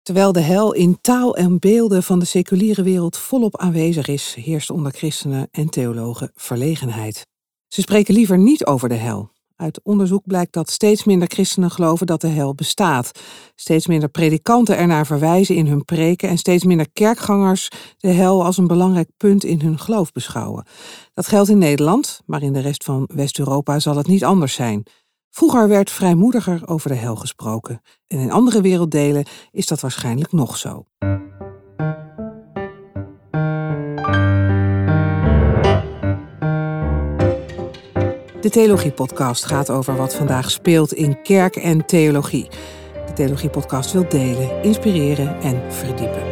Terwijl de hel in taal en beelden van de seculiere wereld volop aanwezig is, heerst onder christenen en theologen verlegenheid. Ze spreken liever niet over de hel. Uit onderzoek blijkt dat steeds minder christenen geloven dat de hel bestaat. Steeds minder predikanten ernaar verwijzen in hun preken en steeds minder kerkgangers de hel als een belangrijk punt in hun geloof beschouwen. Dat geldt in Nederland, maar in de rest van West-Europa zal het niet anders zijn. Vroeger werd vrijmoediger over de hel gesproken en in andere werelddelen is dat waarschijnlijk nog zo. De Theologie-podcast gaat over wat vandaag speelt in kerk en theologie. De Theologie-podcast wil delen, inspireren en verdiepen.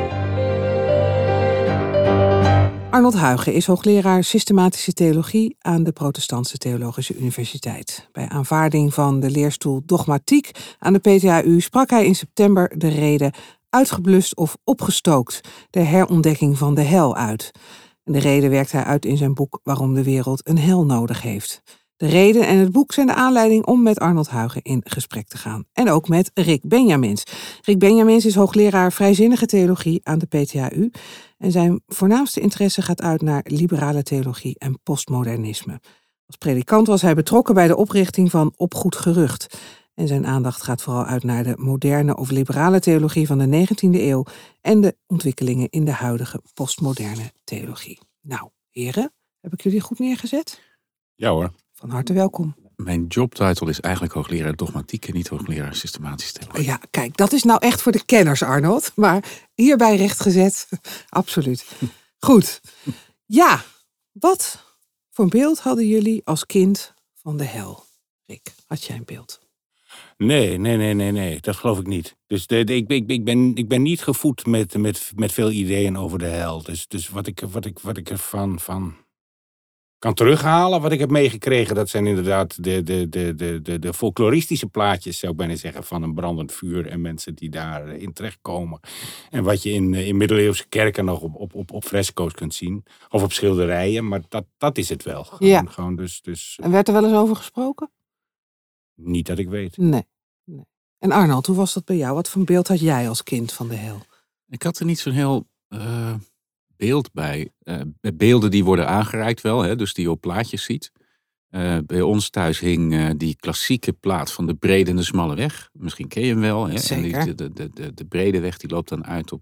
Arnold Huyghe is hoogleraar systematische theologie aan de Protestantse Theologische Universiteit. Bij aanvaarding van de leerstoel dogmatiek aan de PTHU sprak hij in september de rede uitgeblust of opgestookt, de herontdekking van de hel uit. En de reden werkt hij uit in zijn boek Waarom de wereld een hel nodig heeft. De reden en het boek zijn de aanleiding om met Arnold Huyghe in gesprek te gaan. En ook met Rick Benjamins. Rick Benjamins is hoogleraar vrijzinnige theologie aan de PTHU. En zijn voornaamste interesse gaat uit naar liberale theologie en postmodernisme. Als predikant was hij betrokken bij de oprichting van Op Goed Gerucht. En zijn aandacht gaat vooral uit naar de moderne of liberale theologie van de 19e eeuw en de ontwikkelingen in de huidige postmoderne theologie. Nou, heren, heb ik jullie goed neergezet? Ja hoor. Van harte welkom. Mijn jobtitel is eigenlijk hoogleraar dogmatiek en niet hoogleraar systematische theologie. Ja, kijk, dat is nou echt voor de kenners, Arnold. Maar hierbij rechtgezet, absoluut. Goed. Ja, wat voor beeld hadden jullie als kind van de hel? Rick, had jij een beeld? Nee, dat geloof ik niet. Dus ik ben niet gevoed met veel ideeën over de hel. Dus wat ik ervan kan terughalen, wat ik heb meegekregen, dat zijn inderdaad de folkloristische plaatjes, zou ik bijna zeggen, van een brandend vuur en mensen die daarin terechtkomen. En wat je in middeleeuwse kerken nog op fresco's kunt zien. Of op schilderijen, maar dat is het wel. Gewoon, dus, En werd er wel eens over gesproken? Niet dat ik weet. Nee. En Arnold, hoe was dat bij jou? Wat voor beeld had jij als kind van de hel? Ik had er niet zo'n heel beeld bij. Beelden die worden aangereikt wel, hè, dus die je op plaatjes ziet. Bij ons thuis hing die klassieke plaat van de brede en de smalle weg. Misschien ken je hem wel. Hè? Zeker. En de brede weg die loopt dan uit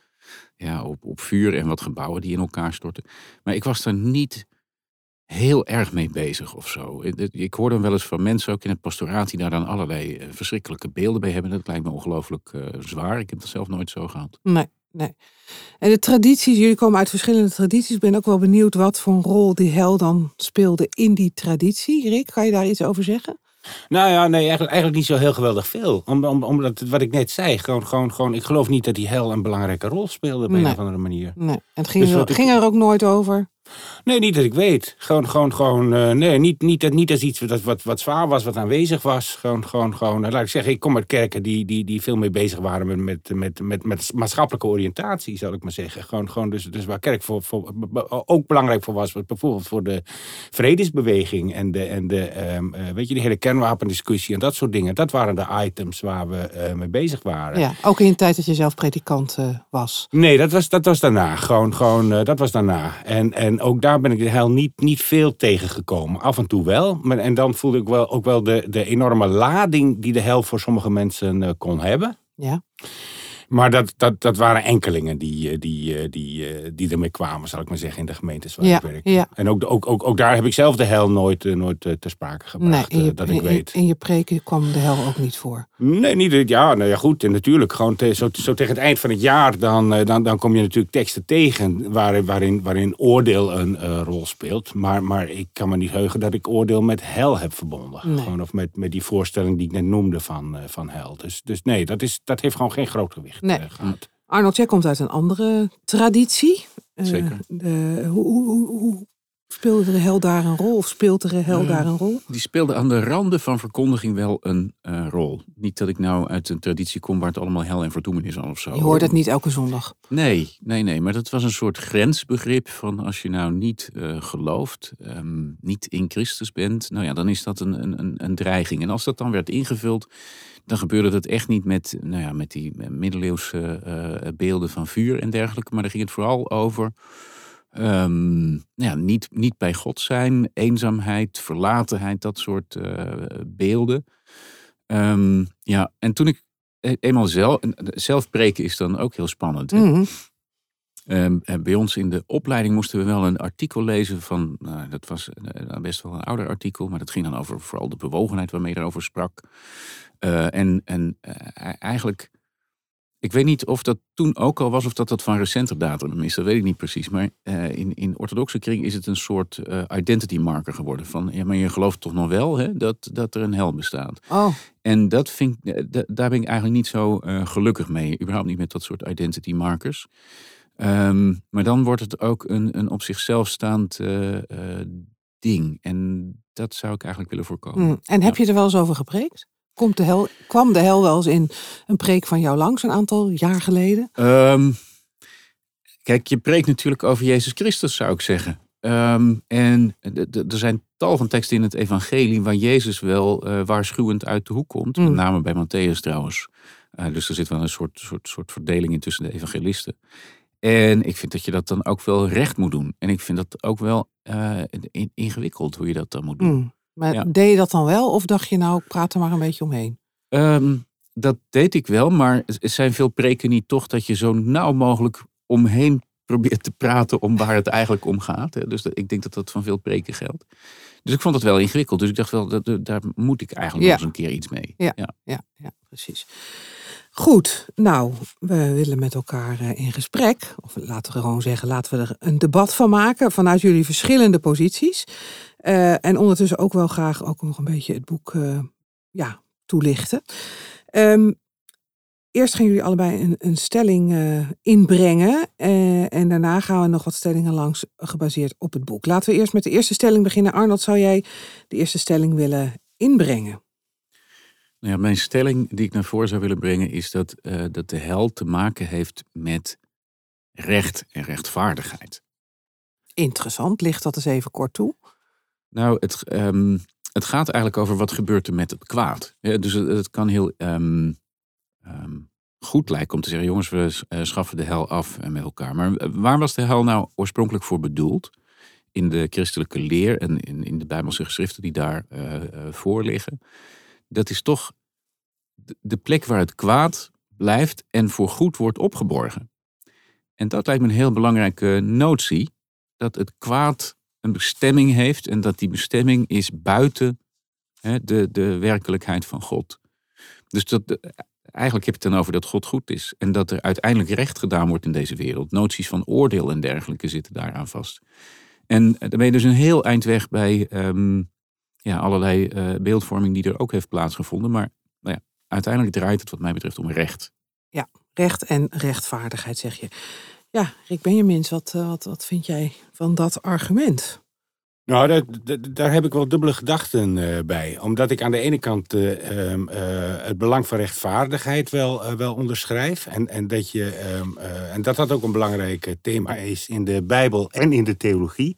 op vuur en wat gebouwen die in elkaar storten. Maar ik was daar niet heel erg mee bezig of zo. Ik hoorde hem wel eens van mensen, ook in het pastoraat, die daar dan allerlei verschrikkelijke beelden bij hebben. Dat lijkt me ongelooflijk zwaar. Ik heb dat zelf nooit zo gehad. Nee. En de tradities, jullie komen uit verschillende tradities. Ik ben ook wel benieuwd wat voor een rol die hel dan speelde in die traditie. Rick, kan je daar iets over zeggen? Nou ja, nee, eigenlijk niet zo heel geweldig veel. Omdat, wat ik net zei, gewoon, ik geloof niet dat die hel een belangrijke rol speelde op een of andere manier. Nee, en het ging er ook nooit over? Nee, niet dat ik weet. Niet als iets wat zwaar was, wat aanwezig was. Gewoon, laat ik zeggen, ik kom uit kerken die veel mee bezig waren met maatschappelijke oriëntatie, zal ik maar zeggen. Dus waar kerk voor ook belangrijk voor was, bijvoorbeeld voor de vredesbeweging en weet je, die hele kernwapendiscussie en dat soort dingen. Dat waren de items waar we mee bezig waren. Ja, ook in de tijd dat je zelf predikant was? Nee, dat was daarna. Dat was daarna. En ook daar ben ik de hel niet veel tegengekomen. Af en toe wel. En dan voelde ik ook wel de enorme lading die de hel voor sommige mensen kon hebben. Ja. Maar dat waren enkelingen die ermee kwamen, zal ik maar zeggen, in de gemeentes waar ik werk. Ja. En ook daar heb ik zelf de hel nooit ter sprake gebracht, dat ik weet. In je preken kwam de hel ook niet voor? Nee, niet. Ja, nou ja, goed. En natuurlijk, gewoon zo tegen het eind van het jaar, dan kom je natuurlijk teksten tegen waarin oordeel een rol speelt. Maar ik kan me niet heugen dat ik oordeel met hel heb verbonden. Nee. Gewoon, of met die voorstelling die ik net noemde van hel. Dus nee, dat heeft gewoon geen groot gewicht. Nee. Arnold, jij komt uit een andere traditie. Zeker. Hoe Speelde de hel daar een rol? Of speelt de hel daar een rol? Die speelde aan de randen van verkondiging wel een rol. Niet dat ik nou uit een traditie kom waar het allemaal hel en verdoemenis is of zo. Je hoort het niet elke zondag. Nee. Maar dat was een soort grensbegrip van als je nou niet gelooft, niet in Christus bent, nou ja, dan is dat een dreiging. En als dat dan werd ingevuld, dan gebeurde dat echt niet met die middeleeuwse beelden van vuur en dergelijke. Maar dan ging het vooral over niet bij God zijn, eenzaamheid, verlatenheid, dat soort beelden. En toen ik eenmaal zelf preken is dan ook heel spannend. Mm-hmm. Bij ons in de opleiding moesten we wel een artikel lezen van, dat was best wel een ouder artikel, maar dat ging dan over vooral de bewogenheid waarmee je erover sprak. Eigenlijk, ik weet niet of dat toen ook al was of dat van recenter datum is, dat weet ik niet precies. Maar in orthodoxe kring is het een soort identity marker geworden. Van, ja, maar je gelooft toch nog wel hè, dat er een hel bestaat. Oh. En daar ben ik eigenlijk niet zo gelukkig mee. Überhaupt niet met dat soort identity markers. Maar dan wordt het ook een op zichzelf staand ding. En dat zou ik eigenlijk willen voorkomen. En heb je er wel eens over gepreekt? Kwam de hel wel eens in een preek van jou langs een aantal jaar geleden? Kijk, je preekt natuurlijk over Jezus Christus, zou ik zeggen. En er zijn tal van teksten in het evangelie waar Jezus wel waarschuwend uit de hoek komt. Met name bij Matthäus trouwens. Dus er zit wel een soort verdeling in tussen de evangelisten. En ik vind dat je dat dan ook wel recht moet doen. En ik vind dat ook wel ingewikkeld hoe je dat dan moet doen. Maar deed je dat dan wel? Of dacht je nou, ik praat er maar een beetje omheen? Dat deed ik wel, maar er zijn veel preken niet toch dat je zo nauw mogelijk omheen probeert te praten om waar het eigenlijk om gaat. Hè? Dus ik denk dat dat van veel preken geldt. Dus ik vond het wel ingewikkeld. Dus ik dacht wel, daar moet ik eigenlijk nog eens een keer iets mee. Ja, precies. Goed, nou, we willen met elkaar in gesprek. Of laten we gewoon zeggen, laten we er een debat van maken vanuit jullie verschillende posities. En ondertussen ook wel graag ook nog een beetje het boek toelichten. Eerst gaan jullie allebei een stelling inbrengen. En daarna gaan we nog wat stellingen langs gebaseerd op het boek. Laten we eerst met de eerste stelling beginnen. Arnold, zou jij de eerste stelling willen inbrengen? Nou ja, mijn stelling die ik naar voren zou willen brengen is dat de hel te maken heeft met recht en rechtvaardigheid. Interessant, licht dat eens even kort toe. Nou, het gaat eigenlijk over wat gebeurt er met het kwaad. Ja, dus het kan heel goed lijken om te zeggen, jongens, we schaffen de hel af met elkaar. Maar waar was de hel nou oorspronkelijk voor bedoeld? In de christelijke leer en in de Bijbelse geschriften die daar voor liggen. Dat is toch de plek waar het kwaad blijft en voorgoed wordt opgeborgen. En dat lijkt me een heel belangrijke notie. Dat het kwaad een bestemming heeft en dat die bestemming is buiten de werkelijkheid van God. Dus eigenlijk heb je het dan over dat God goed is. En dat er uiteindelijk recht gedaan wordt in deze wereld. Noties van oordeel en dergelijke zitten daaraan vast. En dan ben je dus een heel eind weg bij allerlei beeldvorming die er ook heeft plaatsgevonden. Maar uiteindelijk draait het wat mij betreft om recht. Ja, recht en rechtvaardigheid zeg je. Ja, Rick Benjamins, wat vind jij van dat argument? Nou, daar heb ik wel dubbele gedachten bij. Omdat ik aan de ene kant het belang van rechtvaardigheid wel onderschrijf. En dat ook een belangrijk thema is in de Bijbel en in de theologie.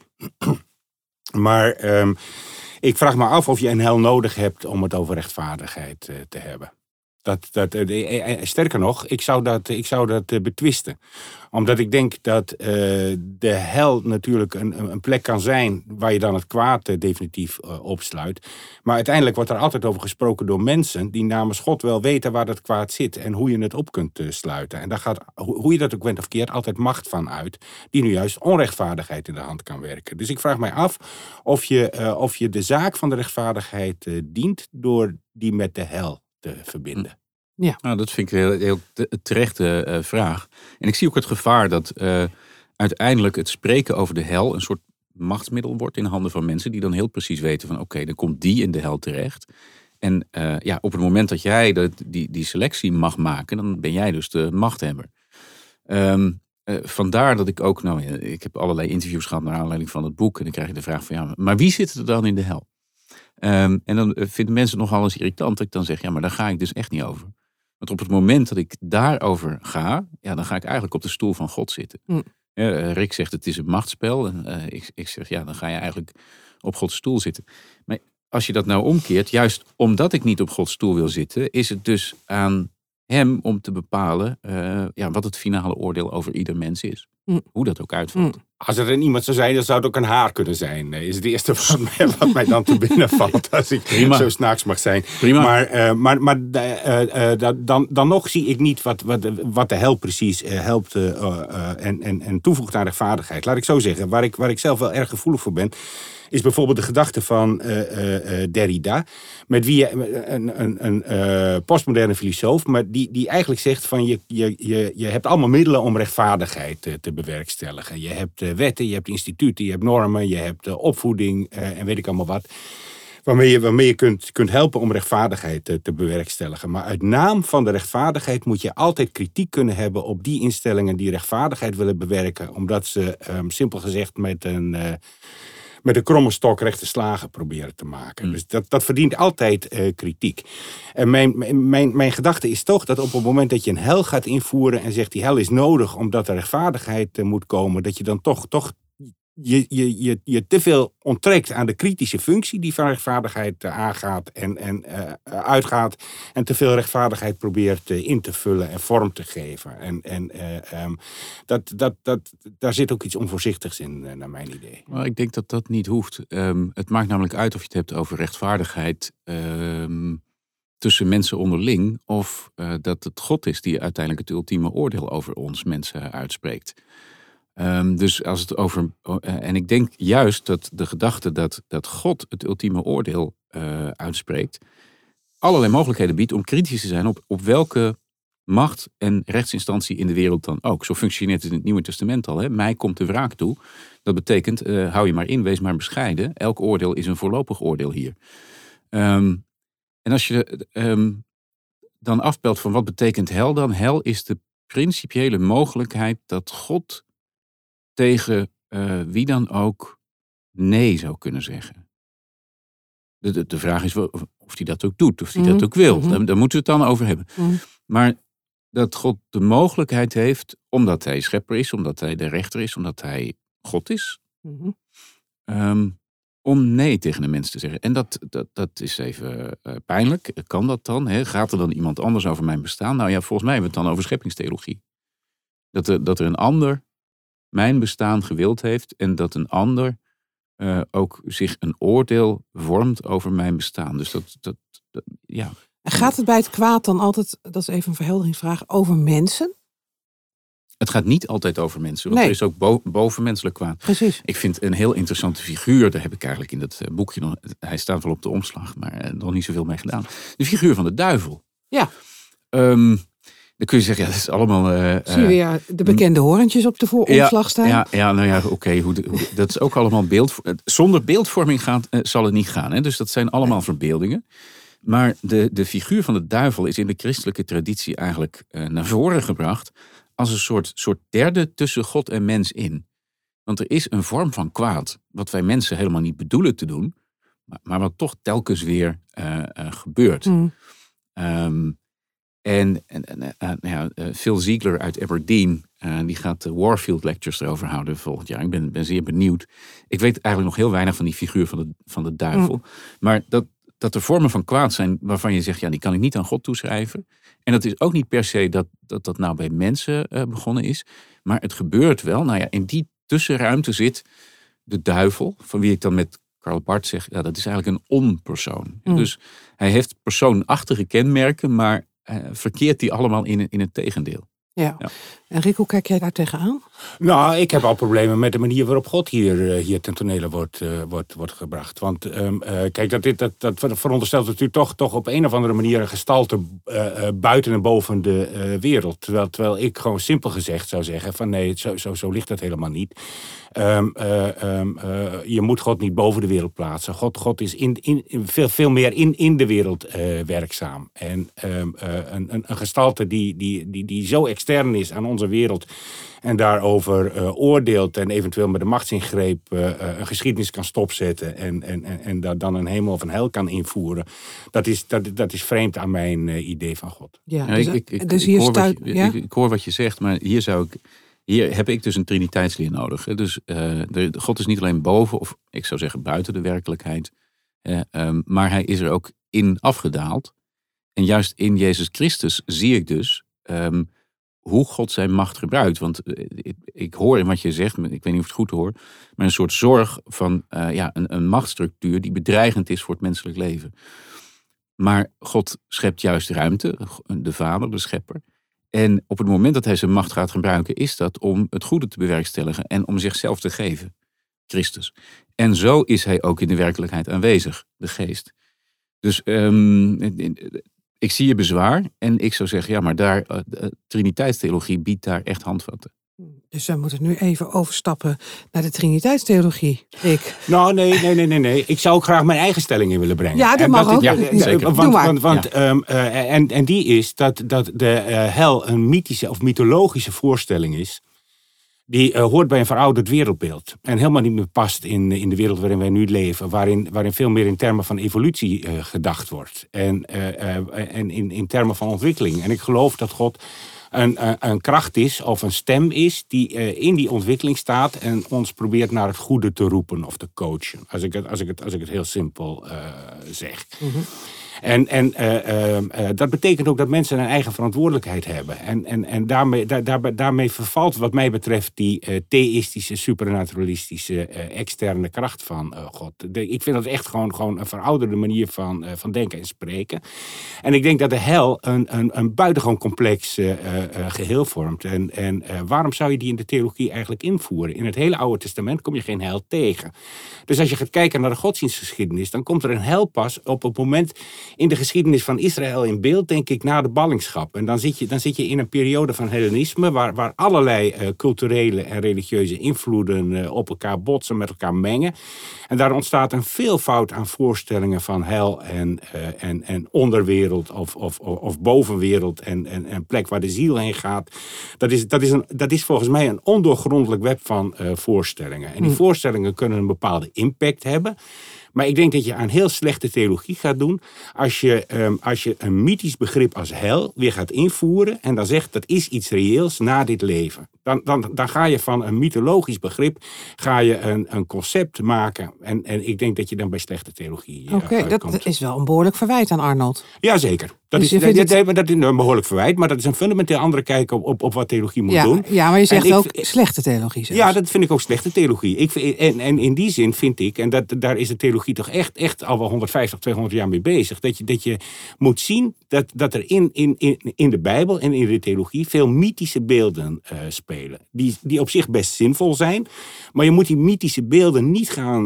Maar ik vraag me af of je een hel nodig hebt om het over rechtvaardigheid te hebben. Sterker nog, ik zou dat betwisten. Omdat ik denk dat de hel natuurlijk een plek kan zijn waar je dan het kwaad definitief opsluit. Maar uiteindelijk wordt er altijd over gesproken door mensen die namens God wel weten waar dat kwaad zit en hoe je het op kunt sluiten. En daar gaat, hoe je dat ook went of keert, altijd macht van uit die nu juist onrechtvaardigheid in de hand kan werken. Dus ik vraag mij af of je de zaak van de rechtvaardigheid dient door die met de hel te verbinden. Ja. Nou, dat vind ik een heel terechte vraag. En ik zie ook het gevaar dat uiteindelijk het spreken over de hel een soort machtsmiddel wordt in handen van mensen die dan heel precies weten van oké, dan komt die in de hel terecht. En op het moment dat jij die selectie mag maken, dan ben jij dus de machthebber. vandaar dat ik ook, ik heb allerlei interviews gehad naar aanleiding van het boek. En dan krijg je de vraag van, maar wie zit er dan in de hel? En dan vinden mensen nogal eens irritant dat ik dan zeg, maar daar ga ik dus echt niet over. Want op het moment dat ik daarover ga, dan ga ik eigenlijk op de stoel van God zitten. Rick zegt, het is een machtsspel. En ik zeg, dan ga je eigenlijk op Gods stoel zitten. Maar als je dat nou omkeert, juist omdat ik niet op Gods stoel wil zitten, is het dus aan hem om te bepalen wat het finale oordeel over ieder mens is. Hoe dat ook uitvalt. Als er iemand zou zijn, dan zou het ook een haar kunnen zijn. Is het eerste wat mij dan te binnen valt. Als ik zo snaaks mag zijn. Prima. Maar dan nog zie ik niet wat de hel precies helpt en toevoegt aan rechtvaardigheid. Laat ik zo zeggen. Waar ik zelf wel erg gevoelig voor ben, is bijvoorbeeld de gedachte van Derrida, met wie een postmoderne filosoof, maar die eigenlijk zegt van je hebt allemaal middelen om rechtvaardigheid te bewerkstelligen. Je hebt wetten, je hebt instituten, je hebt normen, je hebt opvoeding en weet ik allemaal wat. Waarmee je kunt helpen om rechtvaardigheid te bewerkstelligen. Maar uit naam van de rechtvaardigheid moet je altijd kritiek kunnen hebben op die instellingen die rechtvaardigheid willen bewerken, omdat ze simpel gezegd met een kromme stok rechte slagen proberen te maken. Dus dat verdient altijd kritiek. En mijn gedachte is toch dat op het moment dat je een hel gaat invoeren en zegt die hel is nodig omdat er rechtvaardigheid moet komen, dat je dan toch je te veel onttrekt aan de kritische functie die van rechtvaardigheid aangaat en uitgaat en te veel rechtvaardigheid probeert in te vullen en vorm te geven. Daar zit ook iets onvoorzichtigs in, naar mijn idee. Maar ik denk dat dat niet hoeft. Het maakt namelijk uit of je het hebt over rechtvaardigheid tussen mensen onderling, of dat het God is die uiteindelijk het ultieme oordeel over ons mensen uitspreekt. Dus als het over. En ik denk juist dat de gedachte dat God het ultieme oordeel uitspreekt, allerlei mogelijkheden biedt om kritisch te zijn op welke macht en rechtsinstantie in de wereld dan ook. Zo functioneert het in het Nieuwe Testament al. Hè? Mij komt de wraak toe. Dat betekent, hou je maar in, wees maar bescheiden. Elk oordeel is een voorlopig oordeel hier. En als je dan afpelt van wat betekent hel dan? Hel is de principiële mogelijkheid dat God tegen wie dan ook nee zou kunnen zeggen. De vraag is of hij dat ook doet, of hij dat ook wil. Daar moeten we het dan over hebben. Maar dat God de mogelijkheid heeft, omdat hij schepper is, omdat hij de rechter is, omdat hij God is, om nee tegen een mens te zeggen. En dat is even pijnlijk. Kan dat dan? Hè? Gaat er dan iemand anders over mijn bestaan? Nou ja, volgens mij hebben we het dan over scheppingstheologie. Dat er een ander mijn bestaan gewild heeft en dat een ander ook zich een oordeel vormt over mijn bestaan. Dus ja. En gaat het bij het kwaad dan altijd, dat is even een verhelderingsvraag, over mensen? Het gaat niet altijd over mensen, want er is ook bovenmenselijk kwaad. Precies. Ik vind een heel interessante figuur, daar heb ik eigenlijk in dat boekje nog, hij staat wel op de omslag, maar nog niet zoveel mee gedaan. De figuur van de duivel. Ja. Dan kun je zeggen, dat is allemaal. Zie je weer de bekende horentjes op de omslag staan? Oké. Dat is ook allemaal zonder beeldvorming zal het niet gaan. Hè? Dus dat zijn allemaal verbeeldingen. Maar de figuur van de duivel is in de christelijke traditie eigenlijk naar voren gebracht als een soort derde tussen God en mens in. Want er is een vorm van kwaad, wat wij mensen helemaal niet bedoelen te doen, maar wat toch telkens weer gebeurt. Phil Ziegler uit Aberdeen, die gaat de Warfield Lectures erover houden volgend jaar. Ik ben zeer benieuwd. Ik weet eigenlijk nog heel weinig van die figuur van de duivel. Maar dat er vormen van kwaad zijn waarvan je zegt, die kan ik niet aan God toeschrijven. En dat is ook niet per se dat nou bij mensen begonnen is. Maar het gebeurt wel. Nou ja, in die tussenruimte zit de duivel, van wie ik dan met Karl Barth zeg, dat is eigenlijk een onpersoon. Dus hij heeft persoonachtige kenmerken, maar verkeert die allemaal in het tegendeel. Ja. En Rick, hoe kijk jij daar tegenaan? Nou, ik heb al problemen met de manier waarop God hier ten tonele wordt gebracht. Want kijk, dat veronderstelt natuurlijk toch op een of andere manier een gestalte buiten en boven de wereld. Terwijl ik gewoon simpel gezegd zou zeggen van nee, zo ligt dat helemaal niet. Je moet God niet boven de wereld plaatsen. God is veel meer in de wereld werkzaam. En een gestalte die zo extern is aan onze wereld en daarover oordeelt en eventueel met de machtsingreep een geschiedenis kan stopzetten en daar dan een hemel of een hel kan invoeren. Dat is vreemd aan mijn idee van God. Ja, ik hoor wat je zegt, maar hier heb ik dus een triniteitsleer nodig. Hè. Dus God is niet alleen boven, of ik zou zeggen buiten de werkelijkheid, maar hij is er ook in afgedaald. En juist in Jezus Christus zie ik dus hoe God zijn macht gebruikt. Want ik hoor in wat je zegt, ik weet niet of ik het goed hoor, maar een soort zorg van een machtsstructuur die bedreigend is voor het menselijk leven. Maar God schept juist ruimte, de Vader, de schepper. En op het moment dat hij zijn macht gaat gebruiken, is dat om het goede te bewerkstelligen en om zichzelf te geven, Christus. En zo is hij ook in de werkelijkheid aanwezig, de geest. Dus ik zie je bezwaar en ik zou zeggen, maar Triniteitstheologie biedt daar echt handvatten. Dus we moeten nu even overstappen naar de Triniteitstheologie, Rick. Nou, nee. Ik zou ook graag mijn eigen stelling in willen brengen. Ja, dat mag ook. Ja, zeker. En die is dat de hel een mythische of mythologische voorstelling is. Die hoort bij een verouderd wereldbeeld. En helemaal niet meer past in de wereld waarin wij nu leven. Waarin veel meer in termen van evolutie gedacht wordt. En in termen van ontwikkeling. En ik geloof dat God een kracht is of een stem is die in die ontwikkeling staat en ons probeert naar het goede te roepen of te coachen. Als ik het heel simpel zeg. Mm-hmm. En dat betekent ook dat mensen een eigen verantwoordelijkheid hebben. En daarmee vervalt wat mij betreft die theïstische, supernaturalistische, externe kracht van God. Ik vind dat echt gewoon een verouderde manier van denken en spreken. En ik denk dat de hel een buitengewoon complex geheel vormt. En waarom zou je die in de theologie eigenlijk invoeren? In het hele Oude Testament kom je geen hel tegen. Dus als je gaat kijken naar de godsdienstgeschiedenis, dan komt er een hel pas op het moment in de geschiedenis van Israël in beeld, denk ik, na de ballingschap. En dan zit je in een periode van Hellenisme, waar allerlei culturele en religieuze invloeden op elkaar botsen, met elkaar mengen. En daar ontstaat een veelvoud aan voorstellingen van hel en onderwereld of bovenwereld en plek waar de ziel heen gaat. Dat is volgens mij een ondoorgrondelijk web van voorstellingen. En die voorstellingen kunnen een bepaalde impact hebben. Maar ik denk dat je aan heel slechte theologie gaat doen als je een mythisch begrip als hel weer gaat invoeren en dan zegt dat is iets reëels na dit leven. Dan ga je van een mythologisch begrip een concept maken. En ik denk dat je dan bij slechte theologie Oké, dat is wel een behoorlijk verwijt aan Arnold. Jazeker. Dat is een behoorlijk verwijt, maar dat is een fundamenteel andere kijk op wat theologie moet doen. Ja, maar je zegt ook slechte theologie zelfs. Ja, dat vind ik ook slechte theologie. En in die zin vind ik, en daar is de theologie toch echt al wel 150, 200 jaar mee bezig, dat je moet zien dat er in de Bijbel en in de theologie veel mythische beelden spelen. Die op zich best zinvol zijn, maar je moet die mythische beelden niet gaan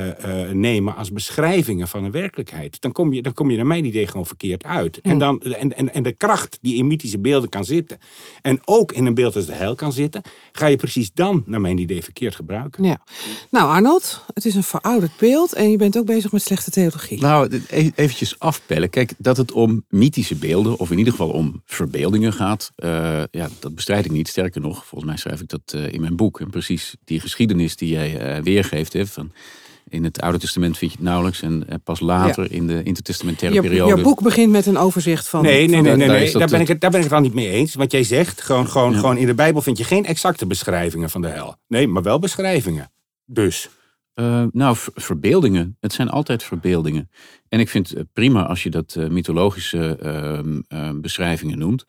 nemen als beschrijvingen van een werkelijkheid. Dan kom je naar mijn idee gewoon verkeerd uit. En de kracht die in mythische beelden kan zitten en ook in een beeld als de hel kan zitten, ga je precies dan, naar mijn idee, verkeerd gebruiken. Ja. Nou Arnold, het is een verouderd beeld en je bent ook bezig met slechte theologie. Nou, eventjes afpellen. Kijk, dat het om mythische beelden, of in ieder geval om verbeeldingen gaat, dat bestrijd ik niet. Sterker nog, volgens mij schrijf ik dat in mijn boek. En precies die geschiedenis die jij weergeeft, van in het Oude Testament vind je het nauwelijks en pas later in de intertestamentaire periode. Jouw boek begint met een overzicht van... Nee, daar ben ik het al niet mee eens. Wat jij zegt, gewoon in de Bijbel vind je geen exacte beschrijvingen van de hel. Nee, maar wel beschrijvingen. Dus... verbeeldingen. Het zijn altijd verbeeldingen. En ik vind het prima als je dat mythologische beschrijvingen noemt.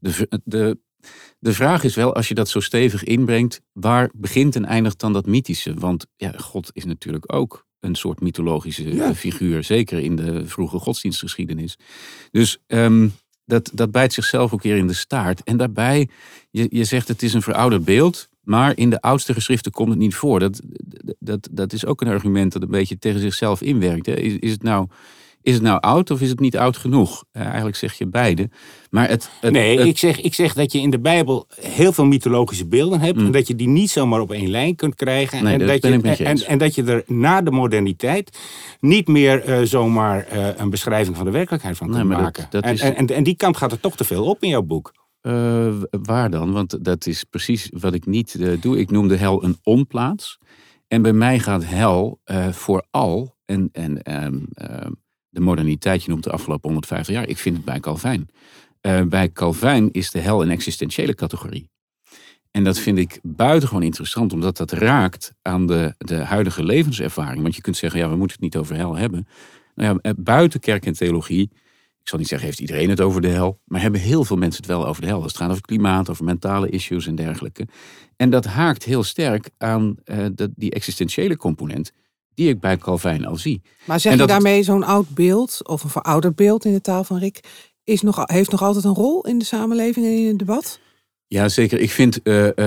De vraag is wel, als je dat zo stevig inbrengt, waar begint en eindigt dan dat mythische? Want God is natuurlijk ook een soort mythologische figuur. Zeker in de vroege godsdienstgeschiedenis. Dus dat bijt zichzelf ook weer in de staart. En daarbij, je zegt het is een verouderd beeld, maar in de oudste geschriften komt het niet voor. Dat is ook een argument dat een beetje tegen zichzelf inwerkt. Hè. Is het nou oud of is het niet oud genoeg? Eigenlijk zeg je beide. Maar ik zeg dat je in de Bijbel heel veel mythologische beelden hebt en dat je die niet zomaar op één lijn kunt krijgen. Nee, en dat je er na de moderniteit niet meer zomaar een beschrijving van de werkelijkheid van kunt maken. En die kant gaat er toch te veel op in jouw boek. Waar dan? Want dat is precies wat ik niet doe. Ik noem de hel een onplaats. En bij mij gaat hel vooral, en de moderniteit, je noemt de afgelopen 150 jaar, ik vind het bij Calvijn. Bij Calvijn is de hel een existentiële categorie. En dat vind ik buitengewoon interessant, omdat dat raakt aan de huidige levenservaring. Want je kunt zeggen, ja, we moeten het niet over hel hebben. Nou ja, buiten kerk en theologie, ik zal niet zeggen, heeft iedereen het over de hel, maar hebben heel veel mensen het wel over de hel. Als het gaat over klimaat, over mentale issues en dergelijke. En dat haakt heel sterk aan die existentiële component die ik bij Calvijn al zie. Maar zeg je daarmee zo'n oud beeld, of een verouderd beeld in de taal van Rick, heeft nog altijd een rol in de samenleving en in het debat? Ja, zeker. Ik vind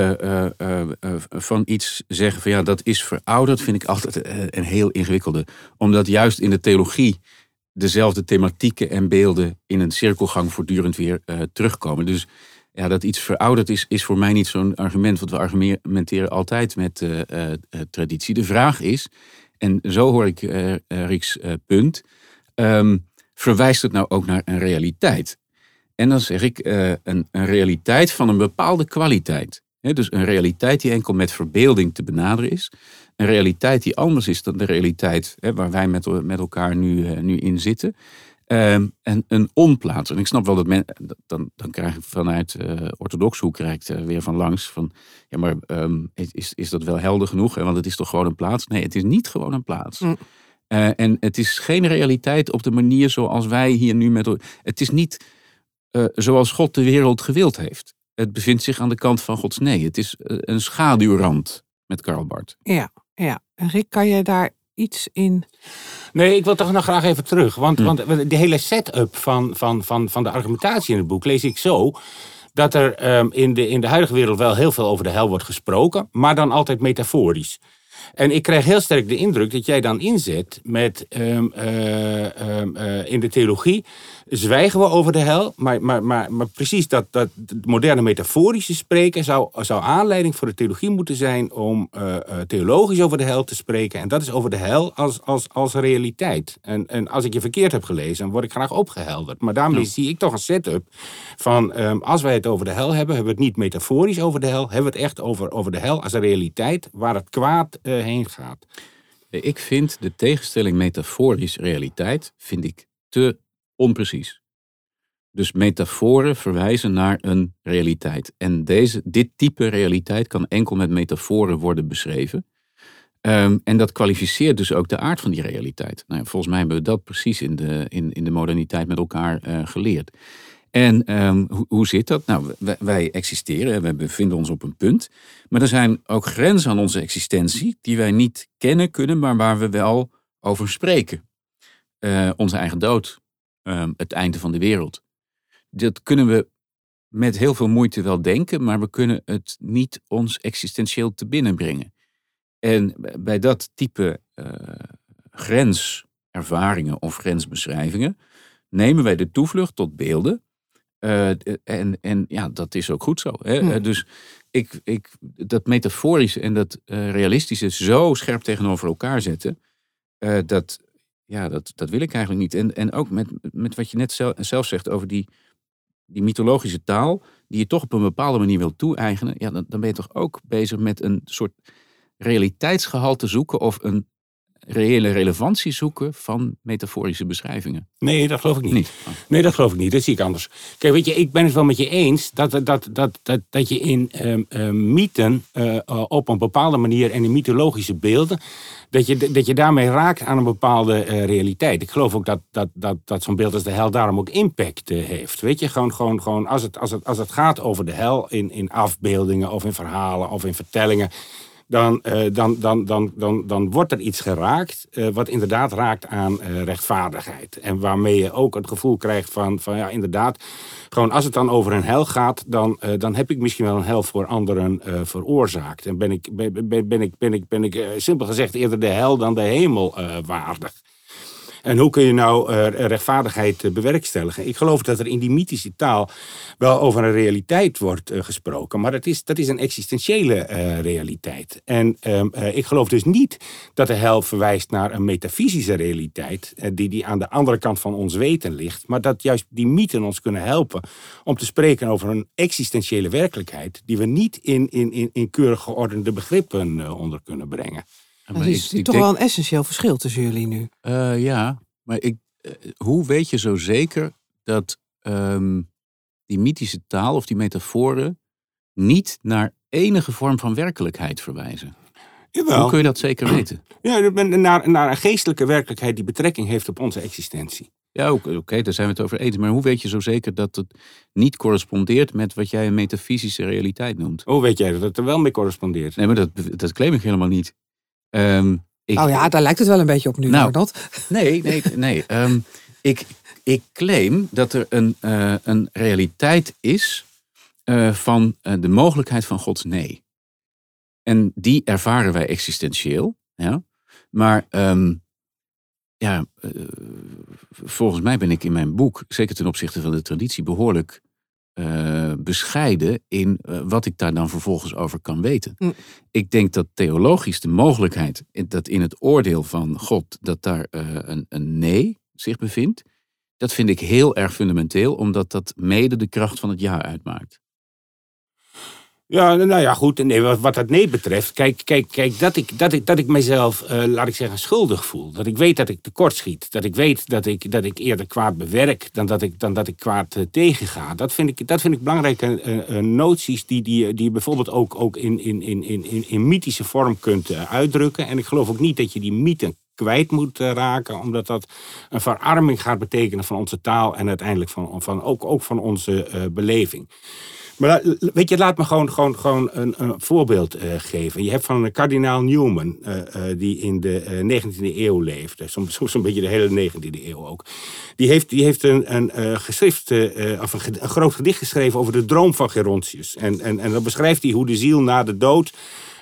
van iets zeggen van ja, dat is verouderd, vind ik altijd een heel ingewikkelde. Omdat juist in de theologie dezelfde thematieken en beelden in een cirkelgang voortdurend weer terugkomen. Dus ja, dat iets verouderd is voor mij niet zo'n argument. Want we argumenteren altijd met traditie. De vraag is, en zo hoor ik Rick's punt, verwijst het nou ook naar een realiteit? En dan zeg ik een realiteit van een bepaalde kwaliteit. Dus een realiteit die enkel met verbeelding te benaderen is. Een realiteit die anders is dan de realiteit waar wij met elkaar nu in zitten. En een onplaats. En ik snap wel dat dan krijg ik vanuit orthodox hoek weer van langs. Van, ja, maar is dat wel helder genoeg? Want het is toch gewoon een plaats? Nee, het is niet gewoon een plaats. En het is geen realiteit op de manier zoals wij hier nu het is niet zoals God de wereld gewild heeft. Het bevindt zich aan de kant van Gods nee. Het is een schaduwrand met Karl Barth. Ja. En Rick, kan je daar iets in? Nee, ik wil toch nog graag even terug. Want de hele setup van de argumentatie in het boek lees ik zo, dat er in de huidige wereld wel heel veel over de hel wordt gesproken, maar dan altijd metaforisch. En ik krijg heel sterk de indruk dat jij dan inzet met in de theologie zwijgen we over de hel, maar precies dat moderne metaforische spreken zou aanleiding voor de theologie moeten zijn om theologisch over de hel te spreken. En dat is over de hel als realiteit. En als ik je verkeerd heb gelezen, dan word ik graag opgehelderd. Maar daarmee zie ik toch een setup van als wij het over de hel hebben we het niet metaforisch over de hel, hebben we het echt over de hel als een realiteit waar het kwaad heen gaat. Ik vind de tegenstelling metaforisch realiteit vind ik te onprecies. Dus metaforen verwijzen naar een realiteit. En dit type realiteit kan enkel met metaforen worden beschreven. En dat kwalificeert dus ook de aard van die realiteit. Nou, volgens mij hebben we dat precies in de moderniteit met elkaar geleerd. En hoe zit dat? Nou, wij existeren en we bevinden ons op een punt. Maar er zijn ook grenzen aan onze existentie die wij niet kennen kunnen, maar waar we wel over spreken. Onze eigen dood, het einde van de wereld. Dat kunnen we met heel veel moeite wel denken, maar we kunnen het niet ons existentieel te binnen brengen. En bij dat type grenservaringen of grensbeschrijvingen nemen wij de toevlucht tot beelden. En ja, dat is ook goed zo. Hè? Dus dat metaforische en dat realistische zo scherp tegenover elkaar zetten, dat wil ik eigenlijk niet. En ook met wat je net zelf zegt over die mythologische taal, die je toch op een bepaalde manier wil toe-eigenen, ja, dan ben je toch ook bezig met een soort realiteitsgehalte zoeken of een reële relevantie zoeken van metaforische beschrijvingen. Nee, dat geloof ik niet. Nee, dat geloof ik niet. Dat zie ik anders. Kijk, weet je, ik ben het wel met je eens dat je in mythen op een bepaalde manier en in mythologische beelden, dat je daarmee raakt aan een bepaalde realiteit. Ik geloof ook dat zo'n beeld als de hel daarom ook impact heeft. Weet je, gewoon als het gaat over de hel in afbeeldingen of in verhalen of in vertellingen, dan wordt er iets geraakt wat inderdaad raakt aan rechtvaardigheid. En waarmee je ook het gevoel krijgt van ja, inderdaad, gewoon als het dan over een hel gaat, dan heb ik misschien wel een hel voor anderen veroorzaakt. En ben ik simpel gezegd eerder de hel dan de hemel waardig. En hoe kun je nou rechtvaardigheid bewerkstelligen? Ik geloof dat er in die mythische taal wel over een realiteit wordt gesproken. Maar dat is een existentiële realiteit. En ik geloof dus niet dat de hel verwijst naar een metafysische realiteit die aan de andere kant van ons weten ligt. Maar dat juist die mythen ons kunnen helpen om te spreken over een existentiële werkelijkheid die we niet in keurig geordende begrippen onder kunnen brengen. Dat is toch wel een essentieel verschil tussen jullie nu. Maar hoe weet je zo zeker dat die mythische taal of die metaforen niet naar enige vorm van werkelijkheid verwijzen? Jawel. Hoe kun je dat zeker weten? Ja, naar een geestelijke werkelijkheid die betrekking heeft op onze existentie. Ja, oké, daar zijn we het over eens. Maar hoe weet je zo zeker dat het niet correspondeert met wat jij een metafysische realiteit noemt? Hoe weet jij dat het er wel mee correspondeert? Nee, maar dat claim ik helemaal niet. Daar lijkt het wel een beetje op nu, Arnold. Nee. Ik claim dat er een realiteit is van de mogelijkheid van Gods nee. En die ervaren wij existentieel. Ja? Maar volgens mij ben ik in mijn boek, zeker ten opzichte van de traditie, behoorlijk bescheiden in wat ik daar dan vervolgens over kan weten. Ik denk dat theologisch de mogelijkheid dat in het oordeel van God dat daar een nee zich bevindt, dat vind ik heel erg fundamenteel, omdat dat mede de kracht van het ja uitmaakt. Ja, nou ja, goed. Nee, wat dat nee betreft, kijk dat ik mijzelf, laat ik zeggen, schuldig voel. Dat ik weet dat ik tekortschiet. Dat ik weet dat ik eerder kwaad bewerk dan dat ik kwaad tegenga. Dat vind ik belangrijke noties die je bijvoorbeeld ook in mythische vorm kunt uitdrukken. En ik geloof ook niet dat je die mythen kwijt moet raken, omdat dat een verarming gaat betekenen van onze taal en uiteindelijk ook van onze beleving. Maar weet je, laat me gewoon een voorbeeld geven. Je hebt van kardinaal Newman, die in de 19e eeuw leefde. Soms een beetje de hele 19e eeuw ook. Die heeft een geschrift, of een groot gedicht geschreven over de droom van Gerontius. En dan beschrijft hij hoe de ziel na de dood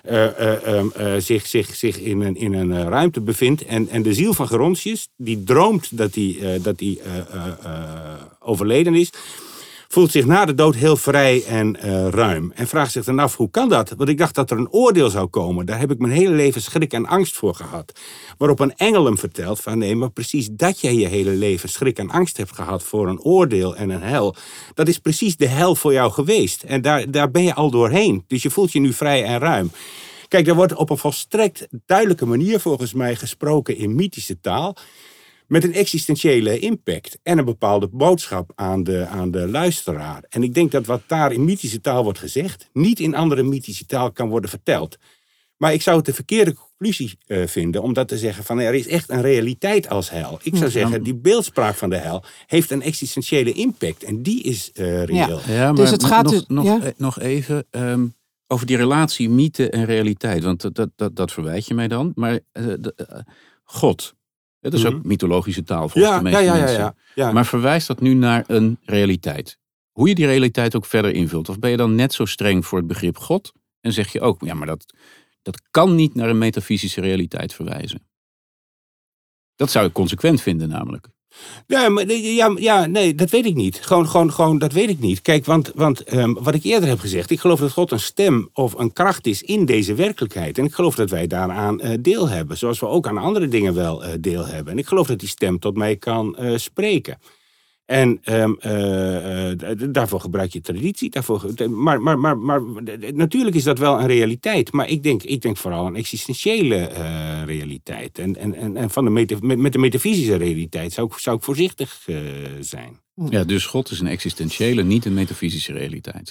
zich in een ruimte bevindt. En de ziel van Gerontius, die droomt dat hij overleden is, voelt zich na de dood heel vrij en ruim. En vraagt zich dan af, hoe kan dat? Want ik dacht dat er een oordeel zou komen. Daar heb ik mijn hele leven schrik en angst voor gehad. Waarop een engel hem vertelt van nee, maar precies dat jij je hele leven schrik en angst hebt gehad voor een oordeel en een hel. Dat is precies de hel voor jou geweest. En daar ben je al doorheen. Dus je voelt je nu vrij en ruim. Kijk, er wordt op een volstrekt duidelijke manier volgens mij gesproken in mythische taal, met een existentiële impact en een bepaalde boodschap aan de luisteraar. En ik denk dat wat daar in mythische taal wordt gezegd, niet in andere mythische taal kan worden verteld. Maar ik zou het de verkeerde conclusie vinden om dat te zeggen van er is echt een realiteit als hel. Ik zou zeggen, die beeldspraak van de hel heeft een existentiële impact en die is reëel. Ja, maar dus het gaat nog even over die relatie mythe en realiteit, want dat verwijt je mij dan. Maar God, dat is ook mythologische taal volgens de meeste mensen. Ja. Maar verwijst dat nu naar een realiteit? Hoe je die realiteit ook verder invult. Of ben je dan net zo streng voor het begrip God? En zeg je ook, ja, maar dat kan niet naar een metafysische realiteit verwijzen. Dat zou ik consequent vinden namelijk. Ja, nee, dat weet ik niet. Gewoon, dat weet ik niet. Kijk, want wat ik eerder heb gezegd, ik geloof dat God een stem of een kracht is in deze werkelijkheid. En ik geloof dat wij daaraan deel hebben, zoals we ook aan andere dingen wel deel hebben. En ik geloof dat die stem tot mij kan spreken. En daarvoor gebruik je traditie. Maar natuurlijk is dat wel een realiteit. Maar ik denk vooral een existentiële realiteit. En met de metafysische realiteit zou ik voorzichtig zijn. Ja, dus God is een existentiële, niet een metafysische realiteit.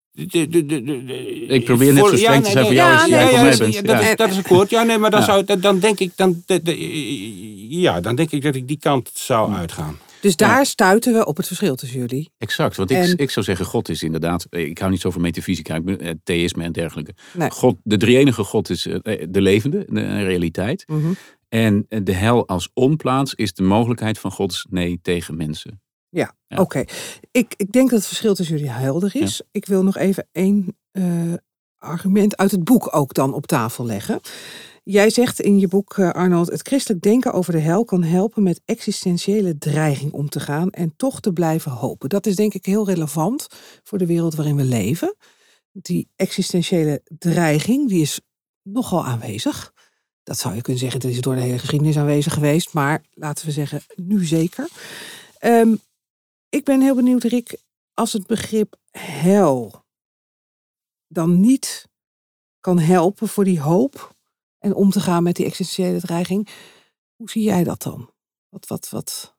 Ik probeer net zo streng te zijn voor jou als jij voor mij bent. Dat is akkoord. Ja, nee, maar dan denk ik dat ik die kant zou uitgaan. Dus daar stuiten we op het verschil tussen jullie. Exact, want ik zou zeggen, God is inderdaad, ik hou niet zo van metafysica, theïsme en dergelijke. Nee. God, de drie-enige God is de levende, de realiteit. Mm-hmm. En de hel als onplaats is de mogelijkheid van Gods nee tegen mensen. Ja. Oké. Ik denk dat het verschil tussen jullie helder is. Ja. Ik wil nog even één argument uit het boek ook dan op tafel leggen. Jij zegt in je boek, Arnold, het christelijk denken over de hel kan helpen met existentiële dreiging om te gaan en toch te blijven hopen. Dat is denk ik heel relevant voor de wereld waarin we leven. Die existentiële dreiging, die is nogal aanwezig. Dat zou je kunnen zeggen, dat is door de hele geschiedenis aanwezig geweest, maar laten we zeggen, nu zeker. Ik ben heel benieuwd, Rick, als het begrip hel dan niet kan helpen voor die hoop en om te gaan met die existentiële dreiging. Hoe zie jij dat dan? Wat?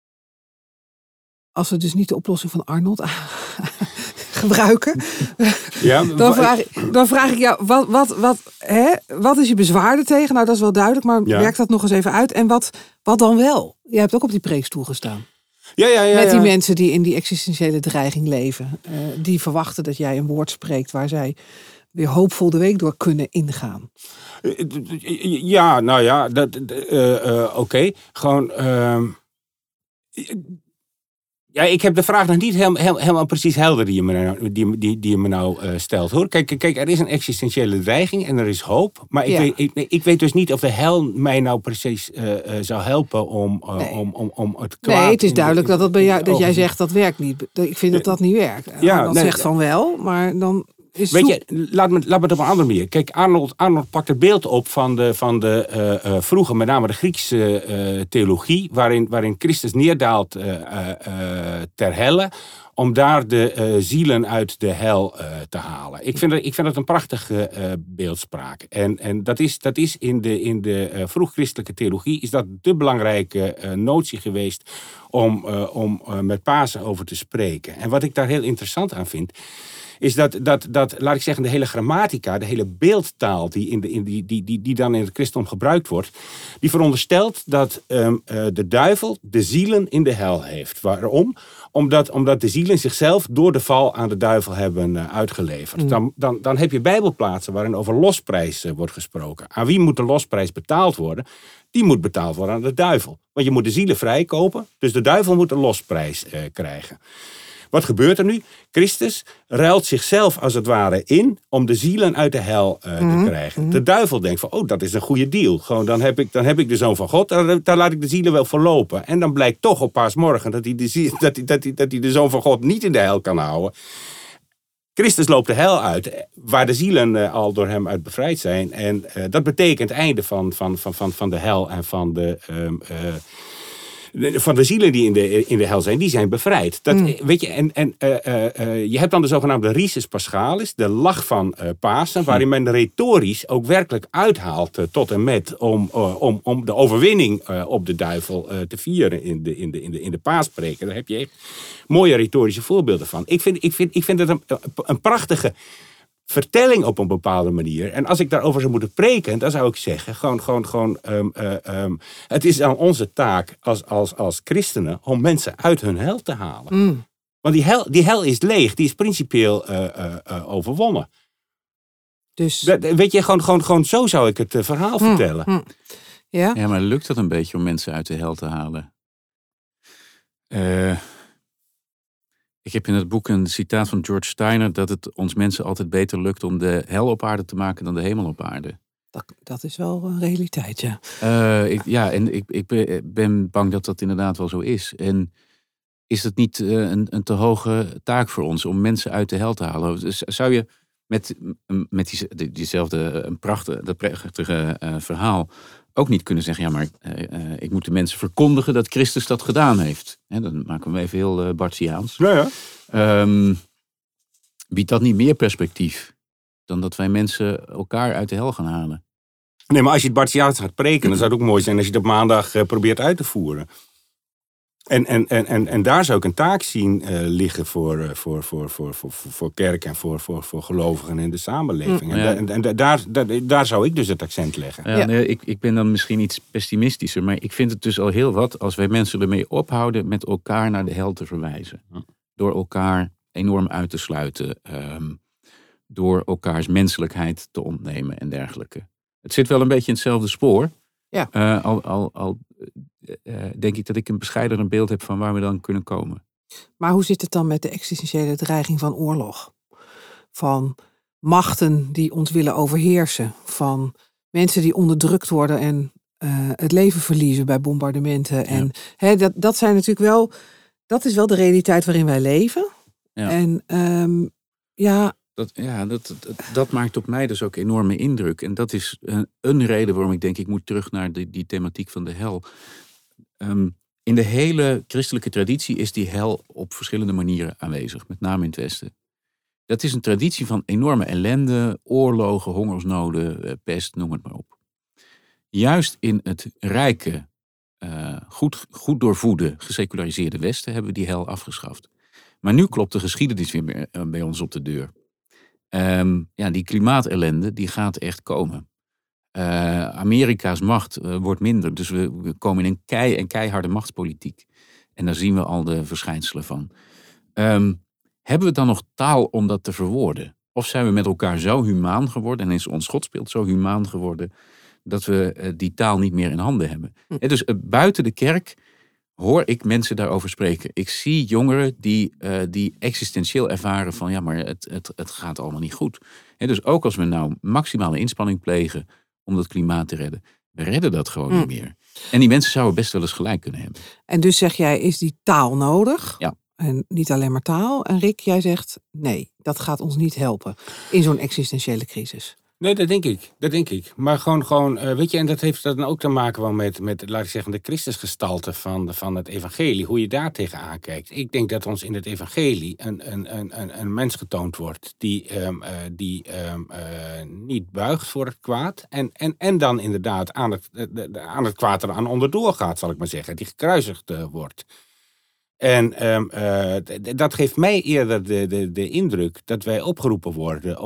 Als we dus niet de oplossing van Arnold gebruiken, Ja, dan vraag ik jou, wat is je bezwaar ertegen? Nou, dat is wel duidelijk, maar werk dat nog eens even uit. En wat dan wel? Jij hebt ook op die preekstoel gestaan. Ja. Met die mensen die in die existentiële dreiging leven. Die verwachten dat jij een woord spreekt waar zij weer hoopvol de week door kunnen ingaan. Ja, nou ja, oké. Gewoon... Ja, ik heb de vraag nog niet helemaal precies helder die je me nou stelt, hoor. Kijk, er is een existentiële dreiging en er is hoop. Maar ik weet dus niet of de hel mij nou precies zou helpen om het kwaad... Nee, het is duidelijk dat jij zegt dat werkt niet. Ik vind dat dat niet werkt. Dat zegt van wel, maar dan... Weet je, laat me het op een andere manier. Kijk, Arnold pakt het beeld op van de vroege, met name de Griekse theologie, waarin Christus neerdaalt ter helle, om daar de zielen uit de hel te halen. Ik vind dat een prachtige beeldspraak. En dat is in de vroeg-christelijke theologie is dat de belangrijke notie geweest om met Pasen over te spreken. En wat ik daar heel interessant aan vind, is dat, laat ik zeggen, de hele grammatica, de hele beeldtaal die dan in het christendom gebruikt wordt, die veronderstelt dat de duivel de zielen in de hel heeft. Waarom? Omdat de zielen zichzelf door de val aan de duivel hebben uitgeleverd. Dan heb je bijbelplaatsen waarin over losprijs wordt gesproken. Aan wie moet de losprijs betaald worden? Die moet betaald worden aan de duivel. Want je moet de zielen vrijkopen, dus de duivel moet een losprijs krijgen. Wat gebeurt er nu? Christus ruilt zichzelf als het ware in om de zielen uit de hel te krijgen. De duivel denkt van, dat is een goede deal. Gewoon, dan heb ik de Zoon van God, daar laat ik de zielen wel voor lopen. En dan blijkt toch op Paasmorgen dat hij de Zoon van God niet in de hel kan houden. Christus loopt de hel uit, waar de zielen al door hem uit bevrijd zijn. En dat betekent het einde van de hel en van de zielen die in de hel zijn, die zijn bevrijd. Weet je, je hebt dan de zogenaamde risus paschalis, de lach van Pasen, waarin men retorisch ook werkelijk uithaalt tot en met om de overwinning op de duivel te vieren in de paaspreken. Daar heb je echt mooie retorische voorbeelden van. Ik vind het een prachtige vertelling op een bepaalde manier. En als ik daarover zou moeten preken, dan zou ik zeggen, gewoon het is aan onze taak als christenen om mensen uit hun hel te halen. Want die hel is leeg, die is principieel overwonnen. Dus weet je, gewoon zo zou ik het verhaal vertellen. Ja, maar lukt dat een beetje om mensen uit de hel te halen? Ik heb in het boek een citaat van George Steiner dat het ons mensen altijd beter lukt om de hel op aarde te maken dan de hemel op aarde. Dat is wel een realiteit, ja. Ik ben bang dat dat inderdaad wel zo is. En is het niet een te hoge taak voor ons om mensen uit de hel te halen? Dus zou je met diezelfde prachtige verhaal ook niet kunnen zeggen, ja, maar ik moet de mensen verkondigen dat Christus dat gedaan heeft. Dan maken we even heel Bartiaans. Ja. Biedt dat niet meer perspectief dan dat wij mensen elkaar uit de hel gaan halen? Nee, maar als je het Bartiaans gaat preken, dan zou het ook mooi zijn als je het op maandag probeert uit te voeren. En daar zou ik een taak zien liggen voor kerk en voor gelovigen in de samenleving. En daar zou ik dus het accent leggen. Ja, nee, ik ben dan misschien iets pessimistischer, maar ik vind het dus al heel wat als wij mensen ermee ophouden met elkaar naar de hel te verwijzen. Door elkaar enorm uit te sluiten. Door elkaars menselijkheid te ontnemen en dergelijke. Het zit wel een beetje in hetzelfde spoor. Ja. Al denk ik dat ik een bescheidener beeld heb van waar we dan kunnen komen. Maar hoe zit het dan met de existentiële dreiging van oorlog? Van machten die ons willen overheersen. Van mensen die onderdrukt worden en het leven verliezen bij bombardementen. En dat zijn natuurlijk wel, dat is wel de realiteit waarin wij leven. Ja. En Dat maakt op mij dus ook enorme indruk. En dat is een reden waarom ik denk, ik moet terug naar die thematiek van de hel. In de hele christelijke traditie is die hel op verschillende manieren aanwezig. Met name in het Westen. Dat is een traditie van enorme ellende, oorlogen, hongersnoden, pest, noem het maar op. Juist in het rijke, goed doorvoede, geseculariseerde Westen hebben we die hel afgeschaft. Maar nu klopt de geschiedenis weer bij ons op de deur. Die klimaatellende, die gaat echt komen. Amerika's macht wordt minder. Dus we komen in een keiharde machtspolitiek. En daar zien we al de verschijnselen van. Hebben we dan nog taal om dat te verwoorden? Of zijn we met elkaar zo humaan geworden, en is ons godsbeeld zo humaan geworden, dat we die taal niet meer in handen hebben? Dus buiten de kerk hoor ik mensen daarover spreken. Ik zie jongeren die existentieel ervaren van, ja, maar het gaat allemaal niet goed. Dus ook als we nou maximale inspanning plegen om dat klimaat te redden, we redden dat gewoon niet meer. En die mensen zouden best wel eens gelijk kunnen hebben. En dus zeg jij, is die taal nodig? Ja. En niet alleen maar taal. En Rick, jij zegt, nee, dat gaat ons niet helpen in zo'n existentiële crisis. Nee, dat denk ik. Maar gewoon weet je, en dat heeft dan ook te maken wel met laat ik zeggen, de Christusgestalte van het evangelie. Hoe je daar tegenaan kijkt. Ik denk dat ons in het evangelie een mens getoond wordt die niet buigt voor het kwaad. En dan inderdaad aan het kwaad eraan onderdoor gaat, zal ik maar zeggen. Die gekruisigd wordt. En dat geeft mij eerder de indruk dat wij opgeroepen worden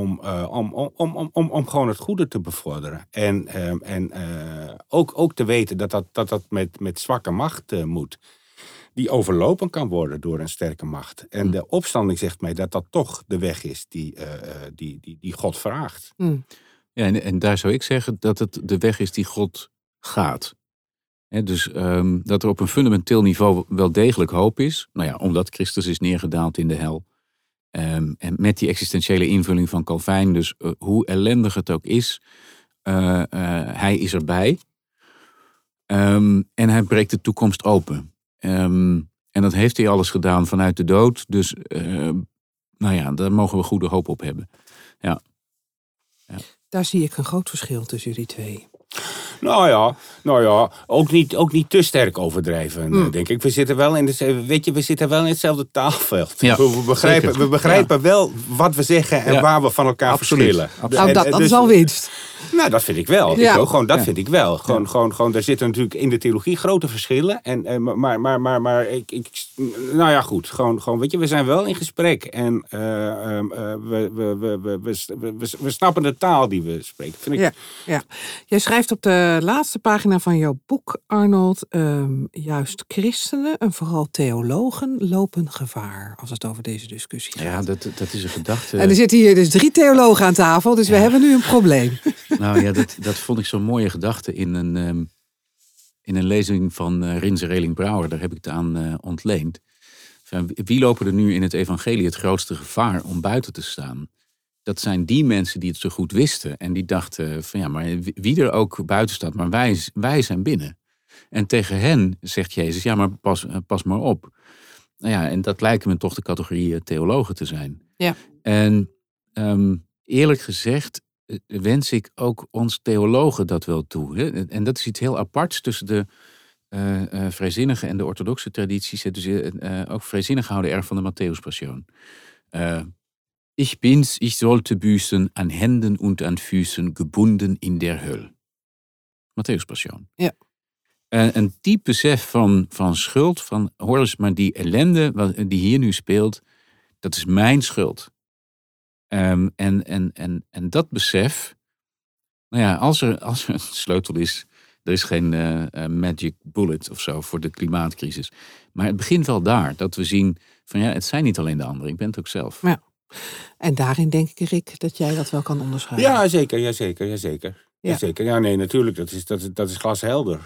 om gewoon het goede te bevorderen. En ook te weten dat met zwakke macht moet. Die overlopen kan worden door een sterke macht. En de opstanding zegt mij dat toch de weg is die God vraagt. Ja, en daar zou ik zeggen dat het de weg is die God gaat. Dus dat er op een fundamenteel niveau wel degelijk hoop is. Nou ja, omdat Christus is neergedaald in de hel. En met die existentiële invulling van Calvijn. Dus hoe ellendig het ook is. Hij is erbij. En hij breekt de toekomst open. En dat heeft hij alles gedaan vanuit de dood. Dus daar mogen we goede hoop op hebben. Ja. Daar zie ik een groot verschil tussen jullie twee. Nou ja, ook niet te sterk overdrijven, denk ik. We zitten wel in hetzelfde taalveld. Ja, we begrijpen wel wat we zeggen en waar we van elkaar verschillen. Nou, dat is al winst. Nou, dat vind ik wel. Ja. Dat vind ik wel. Gewoon, daar zitten natuurlijk in de theologie grote verschillen. Maar nou ja, goed. Gewoon, weet je, we zijn wel in gesprek. En we snappen de taal die we spreken. Vind ik... Ja. Jij schrijft op de laatste pagina van jouw boek, Arnold, juist christenen en vooral theologen lopen gevaar als het over deze discussie gaat. Ja, dat is een gedachte. En er zitten hier dus 3 theologen aan tafel, dus we hebben nu een probleem. Nou ja, dat vond ik zo'n mooie gedachte in een lezing van Rinze Reling-Brouwer. Daar heb ik het aan ontleend. Wie lopen er nu in het evangelie het grootste gevaar om buiten te staan? Dat zijn die mensen die het zo goed wisten. En die dachten van ja, maar wie er ook buiten staat, maar wij zijn binnen. En tegen hen zegt Jezus, ja, maar pas maar op. Nou ja, en dat lijken me toch de categorie theologen te zijn. Ja. En eerlijk gezegd wens ik ook ons theologen dat wel toe. Hè? En dat is iets heel aparts tussen de vrijzinnige en de orthodoxe tradities. Dus ook vrijzinnigen houden erg van de Matthäus-passion. Ich bin's, ich sollte büßen, an Händen und an Füßen, gebunden in der Hölle. Matthäus-passion. Ja. Een diep besef van schuld, van hoor eens, maar die ellende die hier nu speelt, dat is mijn schuld. En dat besef, nou ja, als er een sleutel is, er is geen magic bullet of zo voor de klimaatcrisis. Maar het begint wel daar, dat we zien van ja, het zijn niet alleen de anderen, ik ben het ook zelf. Ja. En daarin denk ik, Rick, dat jij dat wel kan onderscheiden. Ja, zeker. Ja, nee, natuurlijk, dat is glashelder.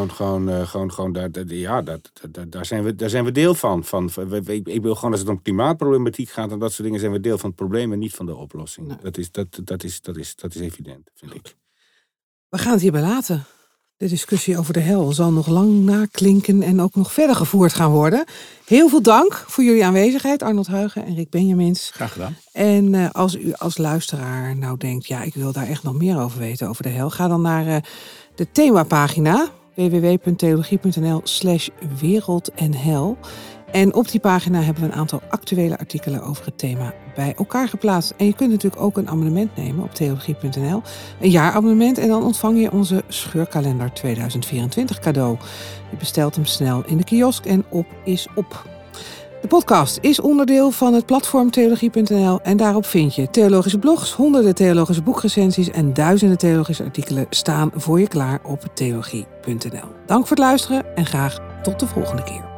Daar zijn we deel van. Ik wil gewoon, als het om klimaatproblematiek gaat en dat soort dingen, zijn we deel van het probleem en niet van de oplossing. Nee. Dat is evident, vind ik. We gaan het hierbij laten. De discussie over de hel zal nog lang naklinken en ook nog verder gevoerd gaan worden. Heel veel dank voor jullie aanwezigheid, Arnold Huigen en Rick Benjamins. Graag gedaan. En als u als luisteraar nou denkt, ja, ik wil daar echt nog meer over weten, over de hel, ga dan naar de themapagina www.theologie.nl/wereld en hel. En op die pagina hebben we een aantal actuele artikelen over het thema bij elkaar geplaatst. En je kunt natuurlijk ook een abonnement nemen op theologie.nl. Een jaarabonnement en dan ontvang je onze scheurkalender 2024 cadeau. Je bestelt hem snel in de kiosk en op is op. De podcast is onderdeel van het platform theologie.nl en daarop vind je theologische blogs, honderden theologische boekrecensies en duizenden theologische artikelen staan voor je klaar op theologie.nl. Dank voor het luisteren en graag tot de volgende keer.